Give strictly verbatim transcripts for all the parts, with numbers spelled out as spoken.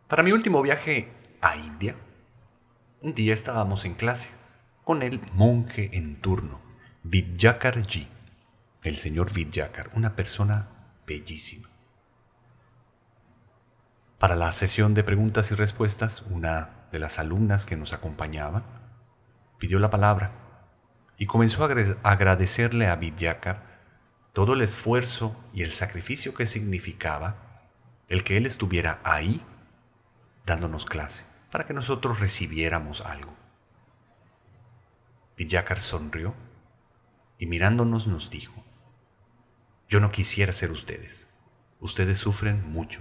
Para mi último viaje a India, un día estábamos en clase con el monje en turno, Vidyakarji, el señor Vidyakar, una persona bellísima. Para la sesión de preguntas y respuestas, una de las alumnas que nos acompañaba pidió la palabra y comenzó a agradecerle a Vidyakar todo el esfuerzo y el sacrificio que significaba el que él estuviera ahí dándonos clase para que nosotros recibiéramos algo. Vidyakar sonrió y mirándonos nos dijo: yo no quisiera ser ustedes. Ustedes sufren mucho.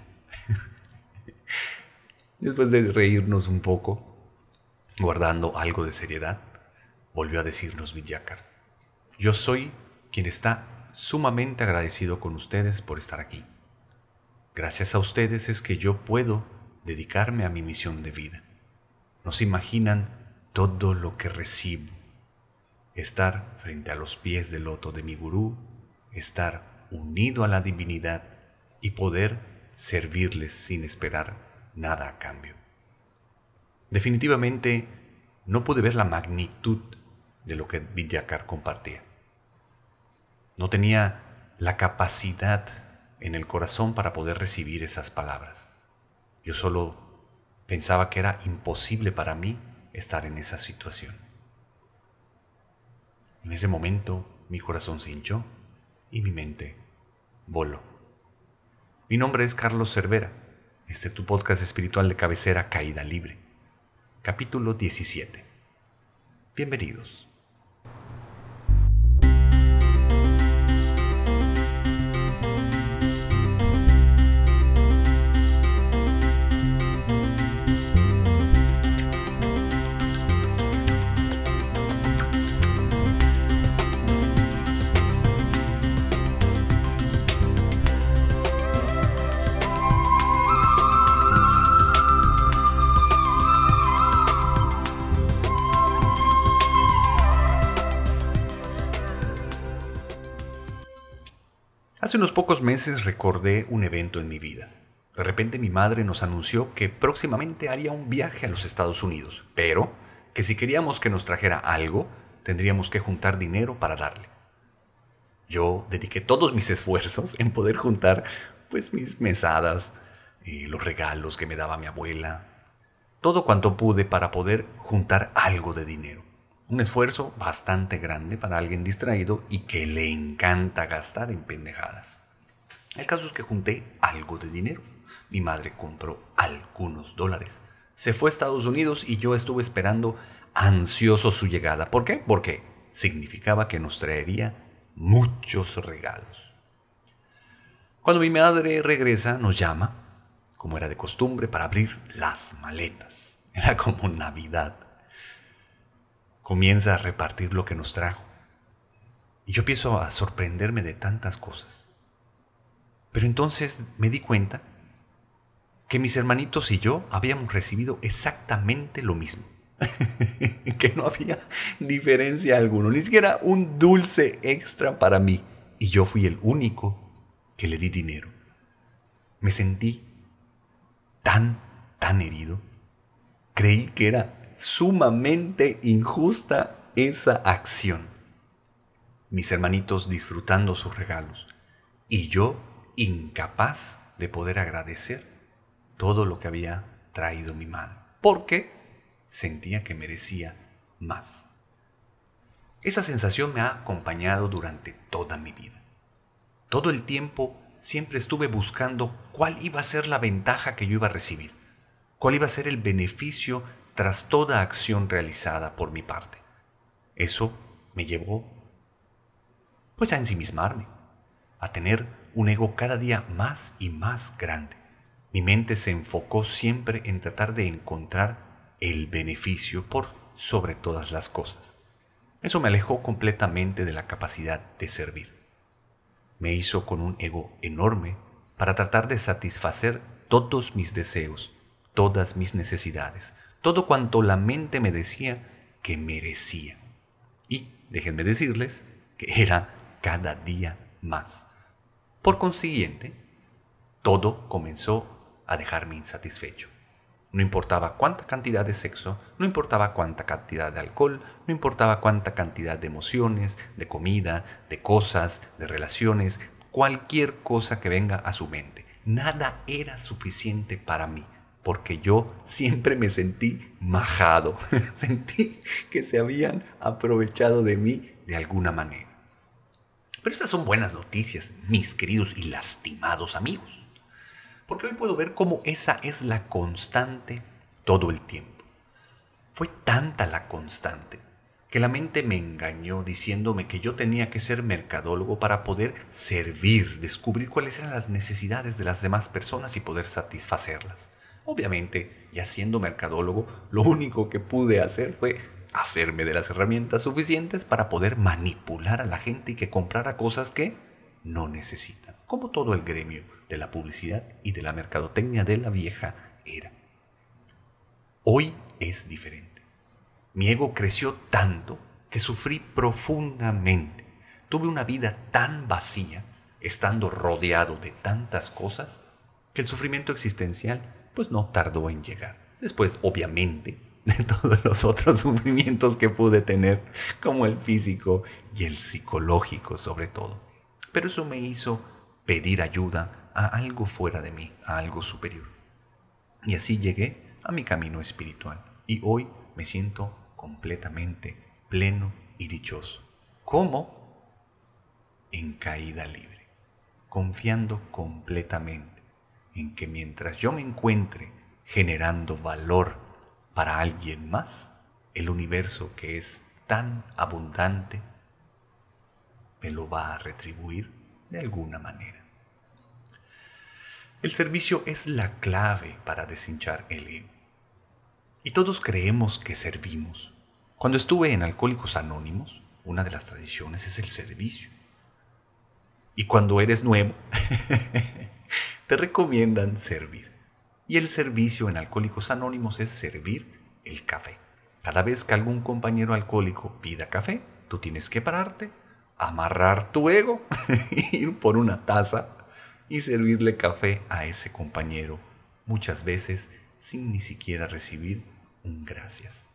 Después de reírnos un poco, guardando algo de seriedad, volvió a decirnos Vidyakar: yo soy quien está sumamente agradecido con ustedes por estar aquí. Gracias a ustedes es que yo puedo dedicarme a mi misión de vida. No se imaginan todo lo que recibo. Estar frente a los pies del loto de mi gurú, estar unido a la divinidad y poder servirles sin esperar nada a cambio. Definitivamente no pude ver la magnitud de lo que Vidyakar compartía. No tenía la capacidad en el corazón para poder recibir esas palabras. Yo solo pensaba que era imposible para mí estar en esa situación. En ese momento mi corazón se hinchó y mi mente voló. Mi nombre es Carlos Cervera. Este es tu podcast espiritual de cabecera, Caída Libre. Capítulo diecisiete. Bienvenidos. Hace unos pocos meses recordé un evento en mi vida. De repente mi madre nos anunció que próximamente haría un viaje a los Estados Unidos, pero que si queríamos que nos trajera algo, tendríamos que juntar dinero para darle. Yo dediqué todos mis esfuerzos en poder juntar pues mis mesadas, y los regalos que me daba mi abuela, todo cuanto pude para poder juntar algo de dinero. Un esfuerzo bastante grande para alguien distraído y que le encanta gastar en pendejadas. El caso es que junté algo de dinero. Mi madre compró algunos dólares. Se fue a Estados Unidos y yo estuve esperando ansioso su llegada. ¿Por qué? Porque significaba que nos traería muchos regalos. Cuando mi madre regresa, nos llama, como era de costumbre, para abrir las maletas. Era como Navidad. Comienza a repartir lo que nos trajo. Y yo empiezo a sorprenderme de tantas cosas. Pero entonces me di cuenta que mis hermanitos y yo habíamos recibido exactamente lo mismo. Que no había diferencia alguna, ni siquiera un dulce extra para mí. Y yo fui el único que le di dinero. Me sentí tan, tan herido. Creí que era sumamente injusta esa acción. Mis hermanitos disfrutando sus regalos y yo incapaz de poder agradecer todo lo que había traído mi madre, porque sentía que merecía más. Esa sensación me ha acompañado durante toda mi vida. Todo el tiempo siempre estuve buscando cuál iba a ser la ventaja que yo iba a recibir, cuál iba a ser el beneficio tras toda acción realizada por mi parte. Eso me llevó pues a ensimismarme, a tener un ego cada día más y más grande. Mi mente se enfocó siempre en tratar de encontrar el beneficio por sobre todas las cosas. Eso me alejó completamente de la capacidad de servir. Me hizo con un ego enorme para tratar de satisfacer todos mis deseos, todas mis necesidades, todo cuanto la mente me decía que merecía. Y déjenme decirles que era cada día más. Por consiguiente, todo comenzó a dejarme insatisfecho. No importaba cuánta cantidad de sexo, no importaba cuánta cantidad de alcohol, no importaba cuánta cantidad de emociones, de comida, de cosas, de relaciones, cualquier cosa que venga a su mente. Nada era suficiente para mí, porque yo siempre me sentí majado, sentí que se habían aprovechado de mí de alguna manera. Pero estas son buenas noticias, mis queridos y lastimados amigos, porque hoy puedo ver cómo esa es la constante todo el tiempo. Fue tanta la constante que la mente me engañó diciéndome que yo tenía que ser mercadólogo para poder servir, descubrir cuáles eran las necesidades de las demás personas y poder satisfacerlas. Obviamente, ya siendo mercadólogo, lo único que pude hacer fue hacerme de las herramientas suficientes para poder manipular a la gente y que comprara cosas que no necesitan, como todo el gremio de la publicidad y de la mercadotecnia de la vieja era. Hoy es diferente. Mi ego creció tanto que sufrí profundamente. Tuve una vida tan vacía, estando rodeado de tantas cosas, que el sufrimiento existencial pues no tardó en llegar. Después, obviamente, de todos los otros sufrimientos que pude tener, como el físico y el psicológico sobre todo. Pero eso me hizo pedir ayuda a algo fuera de mí, a algo superior. Y así llegué a mi camino espiritual. Y hoy me siento completamente pleno y dichoso. ¿Cómo? En caída libre, confiando completamente en que mientras yo me encuentre generando valor para alguien más, el universo que es tan abundante me lo va a retribuir de alguna manera. El servicio es la clave para deshinchar el ego. Y todos creemos que servimos. Cuando estuve en Alcohólicos Anónimos, una de las tradiciones es el servicio. Y cuando eres nuevo, te recomiendan servir. Y el servicio en Alcohólicos Anónimos es servir el café. Cada vez que algún compañero alcohólico pida café, tú tienes que pararte, amarrar tu ego, ir por una taza y servirle café a ese compañero, muchas veces sin ni siquiera recibir un gracias.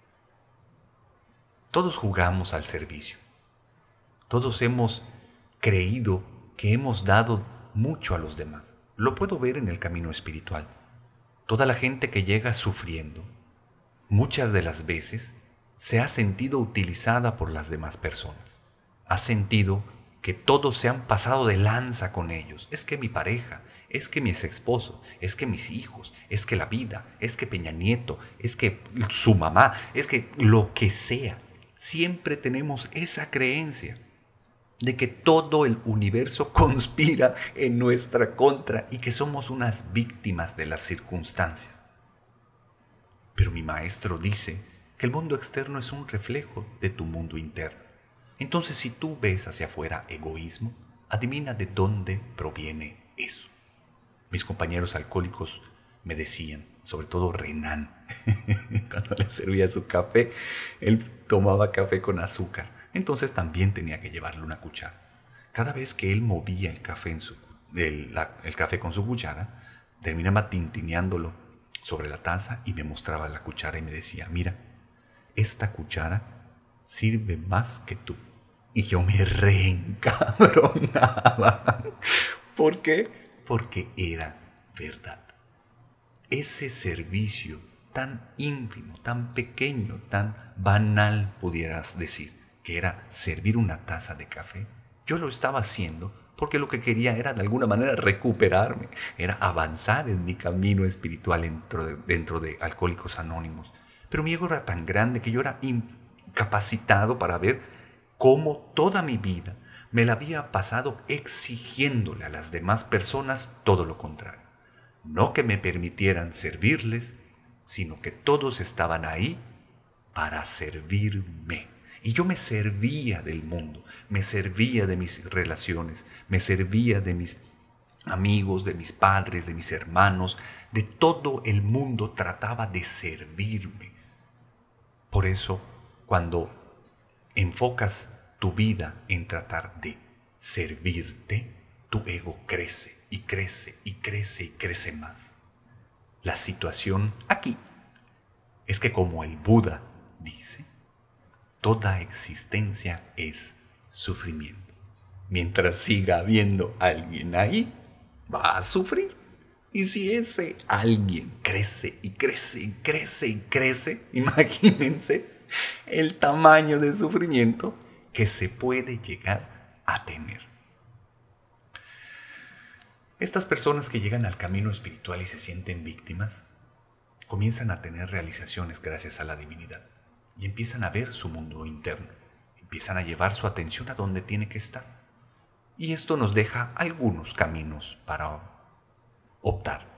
Todos jugamos al servicio. Todos hemos creído que hemos dado mucho a los demás. Lo puedo ver en el camino espiritual. Toda la gente que llega sufriendo, muchas de las veces se ha sentido utilizada por las demás personas. Ha sentido que todos se han pasado de lanza con ellos. Es que mi pareja, es que mi ex esposo, es que mis hijos, es que la vida, es que Peña Nieto, es que su mamá, es que lo que sea. Siempre tenemos esa creencia de que todo el universo conspira en nuestra contra y que somos unas víctimas de las circunstancias. Pero mi maestro dice que el mundo externo es un reflejo de tu mundo interno. Entonces, si tú ves hacia afuera egoísmo, adivina de dónde proviene eso. Mis compañeros alcohólicos me decían, sobre todo Renan, cuando le servía su café, él tomaba café con azúcar, entonces también tenía que llevarle una cuchara. Cada vez que él movía el café, en su, el, la, el café con su cuchara, terminaba tintineándolo sobre la taza y me mostraba la cuchara y me decía, mira, esta cuchara sirve más que tú. Y yo me reencabronaba. ¿Por qué? Porque era verdad. Ese servicio tan ínfimo, tan pequeño, tan banal, pudieras decir, que era servir una taza de café, yo lo estaba haciendo porque lo que quería era de alguna manera recuperarme, era avanzar en mi camino espiritual dentro de, dentro de Alcohólicos Anónimos. Pero mi ego era tan grande que yo era incapacitado para ver cómo toda mi vida me la había pasado exigiéndole a las demás personas todo lo contrario. No que me permitieran servirles, sino que todos estaban ahí para servirme. Y yo me servía del mundo, me servía de mis relaciones, me servía de mis amigos, de mis padres, de mis hermanos, de todo el mundo trataba de servirme. Por eso, cuando enfocas tu vida en tratar de servirte, tu ego crece y crece y crece y crece más. La situación aquí es que, como el Buda dice, toda existencia es sufrimiento. Mientras siga habiendo alguien ahí, va a sufrir. Y si ese alguien crece y crece y crece y crece, imagínense el tamaño de sufrimiento que se puede llegar a tener. Estas personas que llegan al camino espiritual y se sienten víctimas, comienzan a tener realizaciones gracias a la divinidad y empiezan a ver su mundo interno, empiezan a llevar su atención a donde tiene que estar. Y esto nos deja algunos caminos para optar.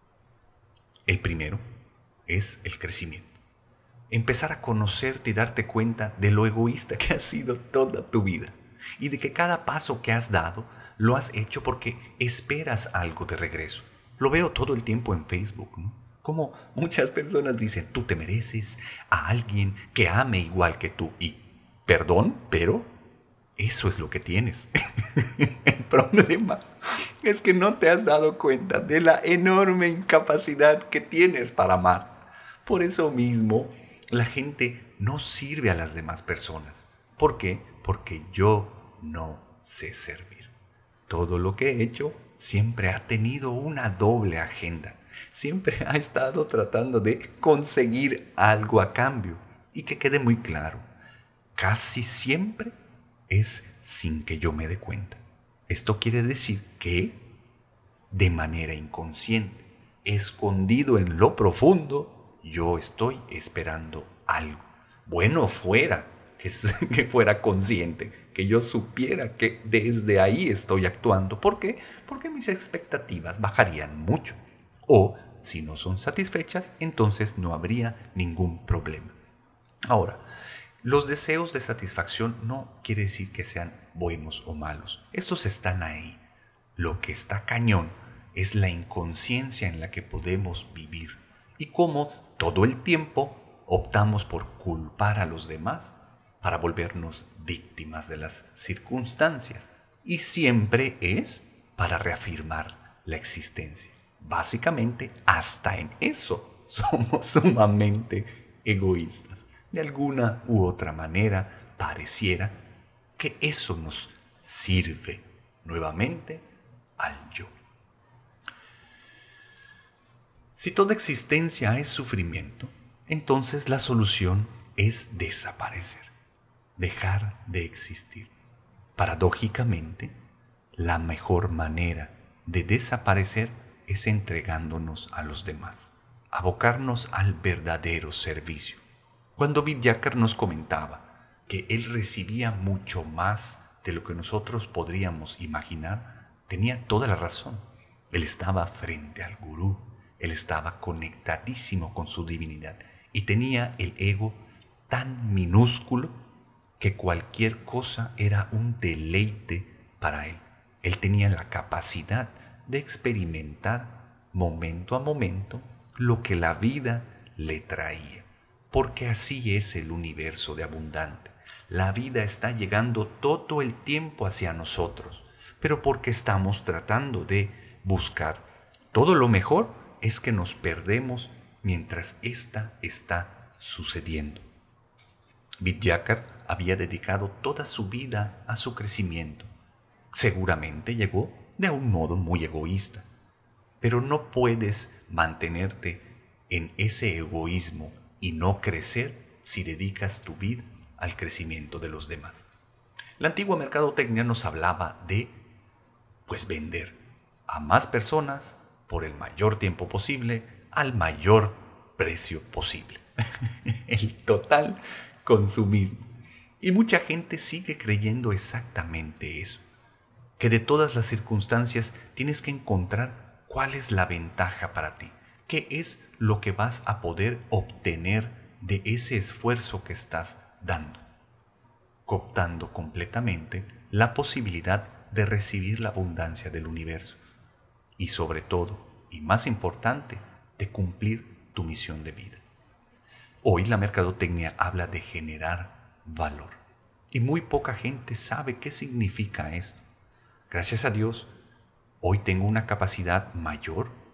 El primero es el crecimiento. Empezar a conocerte y darte cuenta de lo egoísta que has sido toda tu vida y de que cada paso que has dado lo has hecho porque esperas algo de regreso. Lo veo todo el tiempo en Facebook, ¿no? Como muchas personas dicen, tú te mereces a alguien que ame igual que tú. Y, perdón, pero eso es lo que tienes. El problema es que no te has dado cuenta de la enorme incapacidad que tienes para amar. Por eso mismo, la gente no sirve a las demás personas. ¿Por qué? Porque yo no sé servir. Todo lo que he hecho siempre ha tenido una doble agenda. Siempre ha estado tratando de conseguir algo a cambio. Y que quede muy claro, casi siempre es sin que yo me dé cuenta. Esto quiere decir que, de manera inconsciente, escondido en lo profundo, yo estoy esperando algo. Bueno fuera que, que fuera consciente, que yo supiera que desde ahí estoy actuando. ¿Por qué? Porque mis expectativas bajarían mucho. O, si no son satisfechas, entonces no habría ningún problema. Ahora, los deseos de satisfacción no quiere decir que sean buenos o malos. Estos están ahí. Lo que está cañón es la inconsciencia en la que podemos vivir y cómo todo el tiempo optamos por culpar a los demás para volvernos víctimas de las circunstancias. Y siempre es para reafirmar la existencia. Básicamente, hasta en eso somos sumamente egoístas. De alguna u otra manera, pareciera que eso nos sirve nuevamente al yo. Si toda existencia es sufrimiento, entonces la solución es desaparecer, dejar de existir. Paradójicamente, la mejor manera de desaparecer es entregándonos a los demás, abocarnos al verdadero servicio. Cuando Vidyakar nos comentaba que él recibía mucho más de lo que nosotros podríamos imaginar, tenía toda la razón. Él estaba frente al gurú, él estaba conectadísimo con su divinidad y tenía el ego tan minúsculo que cualquier cosa era un deleite para él. Él tenía la capacidad de experimentar momento a momento lo que la vida le traía. Porque así es el universo de abundante. La vida está llegando todo el tiempo hacia nosotros, pero porque estamos tratando de buscar todo lo mejor es que nos perdemos mientras ésta está sucediendo. Vidyakar había dedicado toda su vida a su crecimiento. Seguramente llegó de un modo muy egoísta, pero no puedes mantenerte en ese egoísmo y no crecer si dedicas tu vida al crecimiento de los demás. La antigua mercadotecnia nos hablaba de, pues, vender a más personas por el mayor tiempo posible al mayor precio posible. El total consumismo. Y mucha gente sigue creyendo exactamente eso, que de todas las circunstancias tienes que encontrar cuál es la ventaja para ti. ¿Qué es lo que vas a poder obtener de ese esfuerzo que estás dando? Cooptando completamente la posibilidad de recibir la abundancia del universo. Y sobre todo, y más importante, de cumplir tu misión de vida. Hoy la mercadotecnia habla de generar valor. Y muy poca gente sabe qué significa esto. Gracias a Dios, hoy tengo una capacidad mayor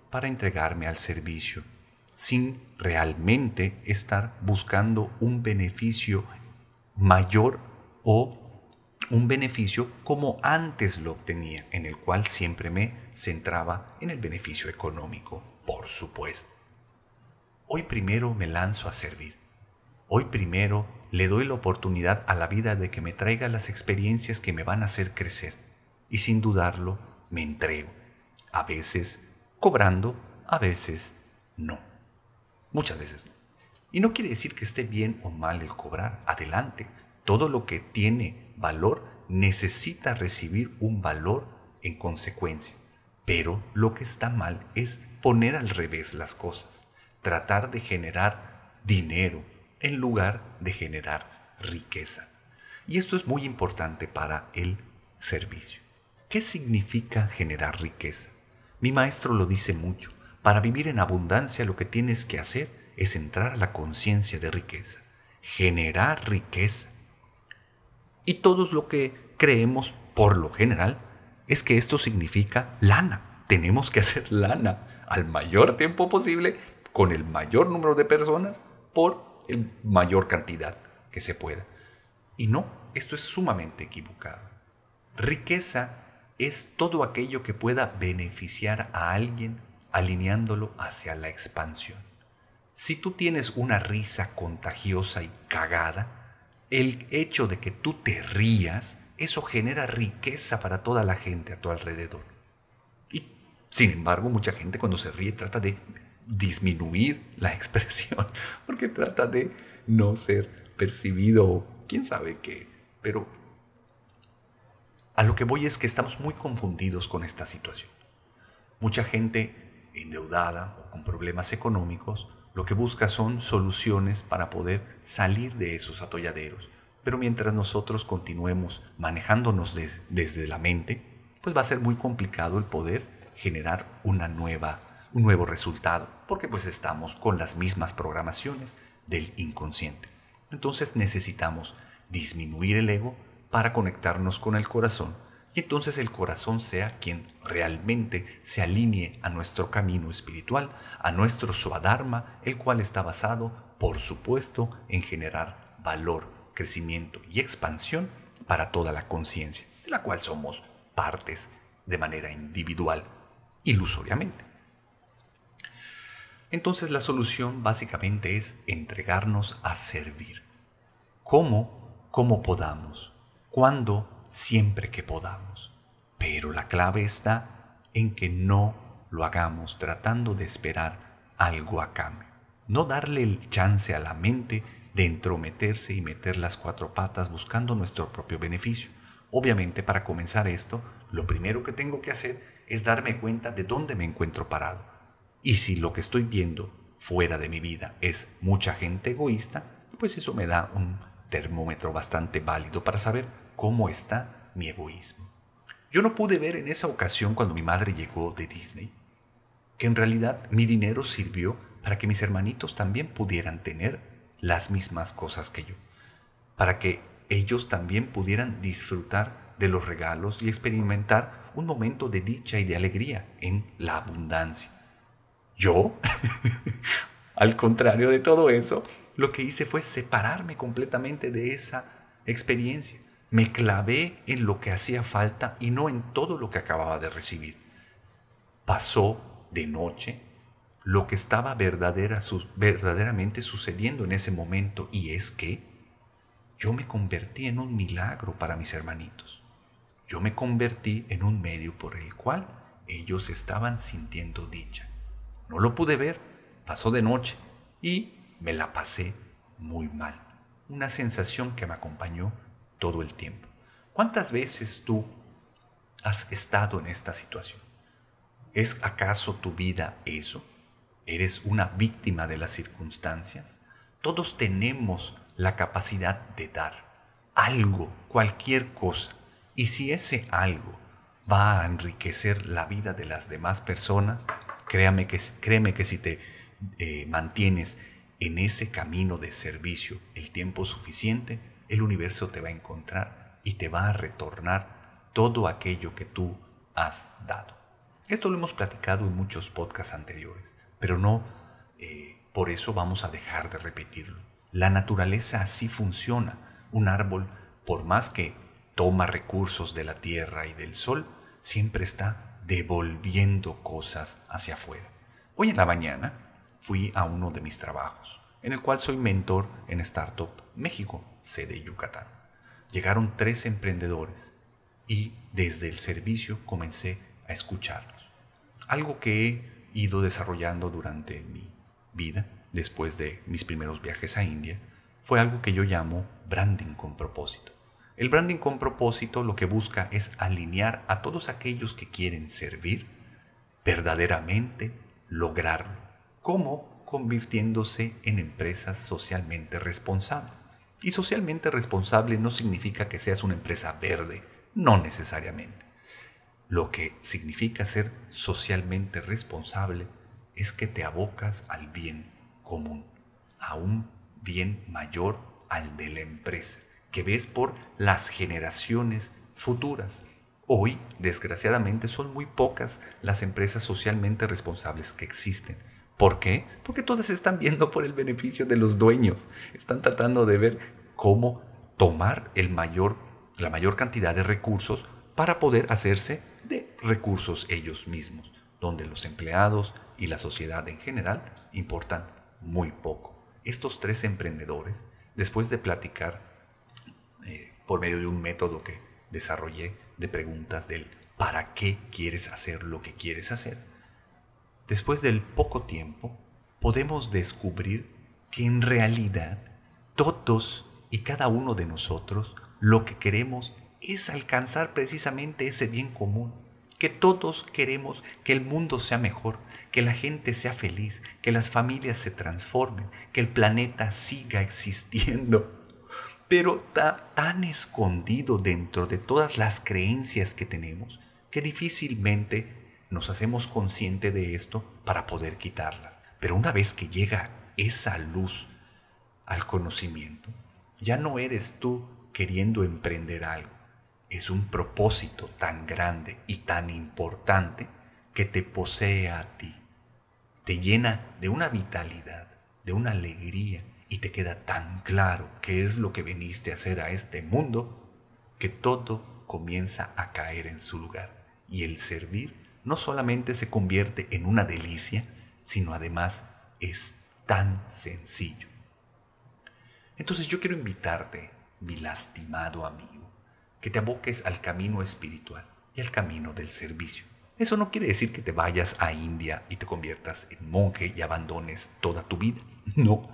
para entregarme al servicio, sin realmente estar buscando un beneficio mayor o un beneficio como antes lo obtenía, en el cual siempre me centraba en el beneficio económico, por supuesto. Hoy primero me lanzo a servir. Hoy primero le doy la oportunidad a la vida de que me traiga las experiencias que me van a hacer crecer. Y sin dudarlo, me entrego. A veces cobrando, a veces no. Muchas veces no. Y no quiere decir que esté bien o mal el cobrar. Adelante. Todo lo que tiene valor necesita recibir un valor en consecuencia. Pero lo que está mal es poner al revés las cosas. Tratar de generar dinero en lugar de generar riqueza. Y esto es muy importante para el servicio. ¿Qué significa generar riqueza? Mi maestro lo dice mucho. Para vivir en abundancia lo que tienes que hacer es entrar a la conciencia de riqueza, generar riqueza. Y todo lo que creemos, por lo general, es que esto significa lana. Tenemos que hacer lana al mayor tiempo posible, con el mayor número de personas, por la mayor cantidad que se pueda. Y no, esto es sumamente equivocado. Riqueza es todo aquello que pueda beneficiar a alguien alineándolo hacia la expansión. Si tú tienes una risa contagiosa y cagada, el hecho de que tú te rías, eso genera riqueza para toda la gente a tu alrededor. Y sin embargo, mucha gente cuando se ríe trata de disminuir la expresión, porque trata de no ser percibido, quién sabe qué. Pero a lo que voy es que estamos muy confundidos con esta situación. Mucha gente endeudada o con problemas económicos lo que busca son soluciones para poder salir de esos atolladeros. Pero mientras nosotros continuemos manejándonos des, desde la mente, pues va a ser muy complicado el poder generar una nueva, un nuevo resultado, porque pues estamos con las mismas programaciones del inconsciente. Entonces necesitamos disminuir el ego para conectarnos con el corazón y entonces el corazón sea quien realmente se alinee a nuestro camino espiritual, a nuestro Swadharma, el cual está basado, por supuesto, en generar valor, crecimiento y expansión para toda la conciencia, de la cual somos partes de manera individual, ilusoriamente. Entonces la solución básicamente es entregarnos a servir. ¿Cómo? Como podamos. ¿Cuándo? Siempre que podamos. Pero la clave está en que no lo hagamos tratando de esperar algo a cambio. No darle el chance a la mente de entrometerse y meter las cuatro patas buscando nuestro propio beneficio. Obviamente, para comenzar esto, lo primero que tengo que hacer es darme cuenta de dónde me encuentro parado. Y si lo que estoy viendo fuera de mi vida es mucha gente egoísta, pues eso me da un termómetro bastante válido para saber cómo está mi egoísmo. Yo no pude ver en esa ocasión cuando mi madre llegó de Disney que en realidad mi dinero sirvió para que mis hermanitos también pudieran tener las mismas cosas que yo, para que ellos también pudieran disfrutar de los regalos y experimentar un momento de dicha y de alegría en la abundancia. Yo, al contrario de todo eso, lo que hice fue separarme completamente de esa experiencia. Me clavé en lo que hacía falta y no en todo lo que acababa de recibir. Pasó de noche lo que estaba verdadera, su, verdaderamente sucediendo en ese momento, y es que yo me convertí en un milagro para mis hermanitos. Yo me convertí en un medio por el cual ellos estaban sintiendo dicha. No lo pude ver, pasó de noche y me la pasé muy mal. Una sensación que me acompañó todo el tiempo. ¿Cuántas veces tú has estado en esta situación? ¿Es acaso tu vida eso? ¿Eres una víctima de las circunstancias? Todos tenemos la capacidad de dar algo, cualquier cosa. Y si ese algo va a enriquecer la vida de las demás personas, créame que, créeme que si te eh, mantienes en ese camino de servicio el tiempo suficiente, el universo te va a encontrar y te va a retornar todo aquello que tú has dado. Esto lo hemos platicado en muchos podcasts anteriores, pero no eh, por eso vamos a dejar de repetirlo. La naturaleza así funciona. Un árbol, por más que toma recursos de la tierra y del sol, siempre está devolviendo cosas hacia afuera. Hoy en la mañana fui a uno de mis trabajos, en el cual soy mentor en Startup México, sede Yucatán. Llegaron tres emprendedores y desde el servicio comencé a escucharlos. Algo que he ido desarrollando durante mi vida, después de mis primeros viajes a India, fue algo que yo llamo branding con propósito. El branding con propósito lo que busca es alinear a todos aquellos que quieren servir, verdaderamente lograrlo. ¿Cómo? Convirtiéndose en empresas socialmente responsables. Y socialmente responsable no significa que seas una empresa verde, no necesariamente. Lo que significa ser socialmente responsable es que te abocas al bien común, a un bien mayor al de la empresa, que ves por las generaciones futuras. Hoy, desgraciadamente, son muy pocas las empresas socialmente responsables que existen. ¿Por qué? Porque todas están viendo por el beneficio de los dueños. Están tratando de ver cómo tomar el mayor, la mayor cantidad de recursos para poder hacerse de recursos ellos mismos, donde los empleados y la sociedad en general importan muy poco. Estos tres emprendedores, después de platicar eh, por medio de un método que desarrollé de preguntas del ¿para qué quieres hacer lo que quieres hacer? Después del poco tiempo, podemos descubrir que en realidad todos y cada uno de nosotros lo que queremos es alcanzar precisamente ese bien común, que todos queremos que el mundo sea mejor, que la gente sea feliz, que las familias se transformen, que el planeta siga existiendo. Pero está tan escondido dentro de todas las creencias que tenemos que difícilmente nos hacemos consciente de esto para poder quitarlas. Pero una vez que llega esa luz al conocimiento, ya no eres tú queriendo emprender algo. Es un propósito tan grande y tan importante que te posee a ti. Te llena de una vitalidad, de una alegría y te queda tan claro qué es lo que viniste a hacer a este mundo que todo comienza a caer en su lugar. Y el servir no solamente se convierte en una delicia, sino además es tan sencillo. Entonces yo quiero invitarte, mi lastimado amigo, que te aboques al camino espiritual y al camino del servicio. Eso no quiere decir que te vayas a India y te conviertas en monje y abandones toda tu vida. No.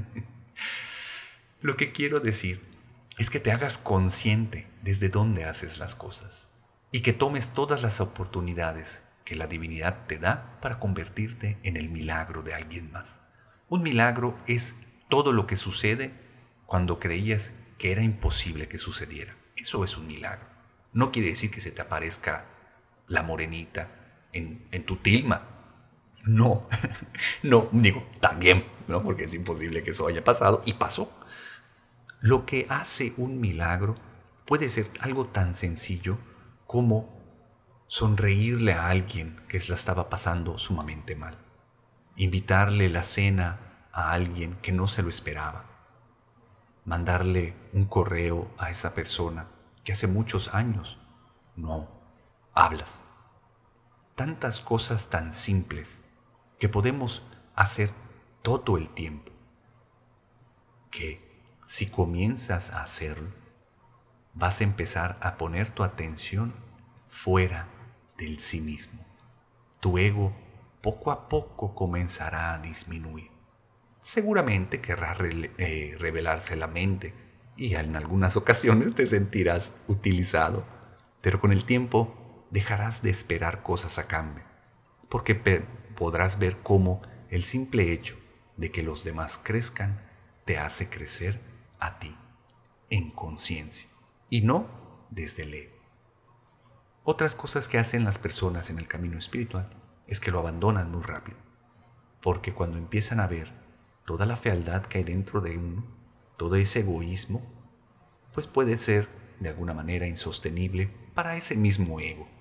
Lo que quiero decir es que te hagas consciente desde dónde haces las cosas y que tomes todas las oportunidades que la divinidad te da para convertirte en el milagro de alguien más. Un milagro es todo lo que sucede cuando creías que era imposible que sucediera. Eso es un milagro. No quiere decir que se te aparezca la morenita en, en tu tilma. No, no, digo, también, ¿no? Porque es imposible que eso haya pasado y pasó. Lo que hace un milagro puede ser algo tan sencillo como sonreírle a alguien que la estaba pasando sumamente mal, invitarle la cena a alguien que no se lo esperaba, mandarle un correo a esa persona que hace muchos años no hablas. Tantas cosas tan simples que podemos hacer todo el tiempo, que si comienzas a hacerlo, vas a empezar a poner tu atención fuera del sí mismo. Tu ego poco a poco comenzará a disminuir. Seguramente querrá re eh, revelarse la mente y en algunas ocasiones te sentirás utilizado, pero con el tiempo dejarás de esperar cosas a cambio, porque podrás ver cómo el simple hecho de que los demás crezcan te hace crecer a ti en conciencia y no desde el ego. Otras cosas que hacen las personas en el camino espiritual es que lo abandonan muy rápido, porque cuando empiezan a ver toda la fealdad que hay dentro de uno, todo ese egoísmo, pues puede ser de alguna manera insostenible para ese mismo ego.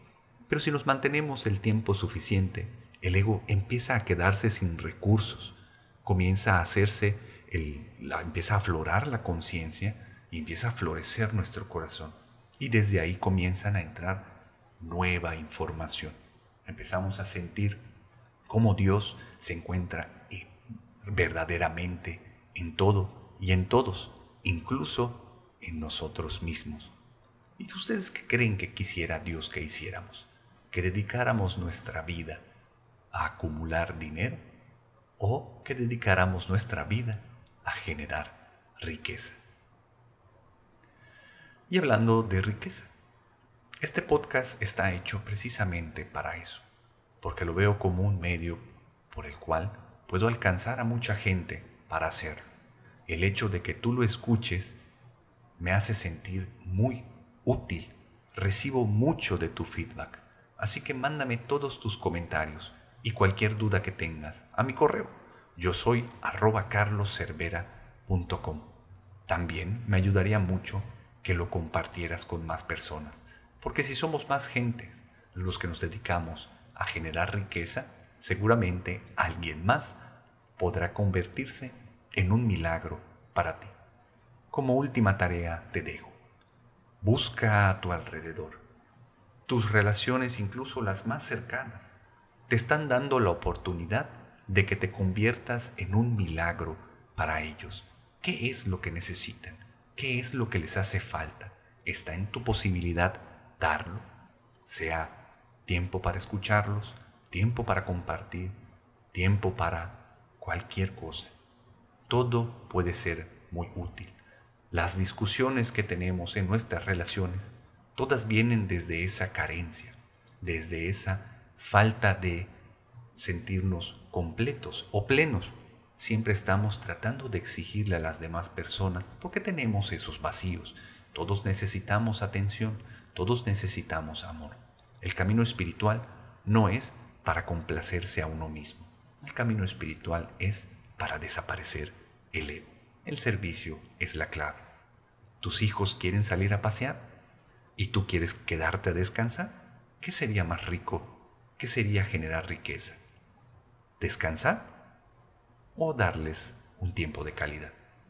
Pero si nos mantenemos el tiempo suficiente, el ego empieza a quedarse sin recursos, comienza a hacerse, el, la, empieza a aflorar la conciencia y empieza a florecer nuestro corazón. Y desde ahí comienzan a entrar nueva información. Empezamos a sentir cómo Dios se encuentra verdaderamente en todo y en todos, incluso en nosotros mismos. ¿Y ustedes qué creen que quisiera Dios que hiciéramos? ¿Que dedicáramos nuestra vida a acumular dinero o que dedicáramos nuestra vida a generar riqueza? Y hablando de riqueza, este podcast está hecho precisamente para eso, porque lo veo como un medio por el cual puedo alcanzar a mucha gente para hacerlo. El hecho de que tú lo escuches me hace sentir muy útil. Recibo mucho de tu feedback, así que mándame todos tus comentarios y cualquier duda que tengas a mi correo. Yo soy arroba carloscervera punto com. También me ayudaría mucho que lo compartieras con más personas, porque si somos más gentes los que nos dedicamos a generar riqueza, seguramente alguien más podrá convertirse en un milagro para ti. Como última tarea te dejo: busca a tu alrededor. Tus relaciones, incluso las más cercanas, te están dando la oportunidad de que te conviertas en un milagro para ellos. ¿Qué es lo que necesitan? ¿Qué es lo que les hace falta? Está en tu posibilidad darlo, sea tiempo para escucharlos, tiempo para compartir, tiempo para cualquier cosa. Todo puede ser muy útil. Las discusiones que tenemos en nuestras relaciones, todas vienen desde esa carencia, desde esa falta de sentirnos completos o plenos. Siempre estamos tratando de exigirle a las demás personas porque tenemos esos vacíos. Todos necesitamos atención, todos necesitamos amor. El camino espiritual no es para complacerse a uno mismo. El camino espiritual es para desaparecer el ego. El servicio es la clave. ¿Tus hijos quieren salir a pasear y tú quieres quedarte a descansar? ¿Qué sería más rico? ¿Qué sería generar riqueza? ¿Descansar o darles un tiempo de calidad?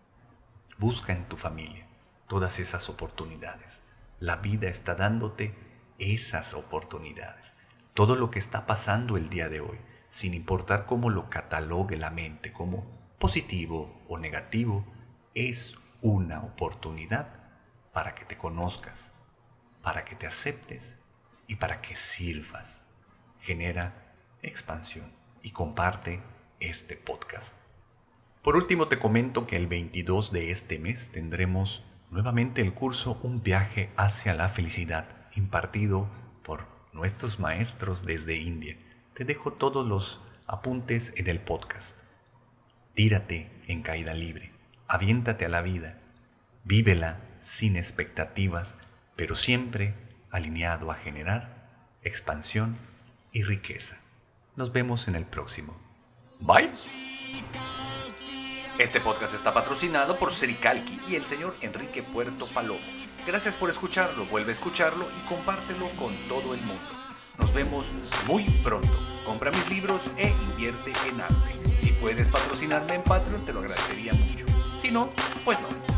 Busca en tu familia todas esas oportunidades. La vida está dándote esas oportunidades. Todo lo que está pasando el día de hoy, sin importar cómo lo catalogue la mente, como positivo o negativo, es una oportunidad para que te conozcas, para que te aceptes y para que sirvas. Genera expansión y comparte este podcast. Por último, te comento que el veintidós de este mes tendremos nuevamente el curso Un viaje hacia la felicidad, impartido por nuestros maestros desde India. Te dejo todos los apuntes en el podcast. Tírate en caída libre, aviéntate a la vida, vívela sin expectativas, pero siempre alineado a generar expansión y riqueza. Nos vemos en el próximo. Bye. Este podcast está patrocinado por Sericalqui y el señor Enrique Puerto Palomo. Gracias por escucharlo, vuelve a escucharlo y compártelo con todo el mundo. Nos vemos muy pronto. Compra mis libros e invierte en arte. Si puedes patrocinarme en Patreon, te lo agradecería mucho. Si no, pues no.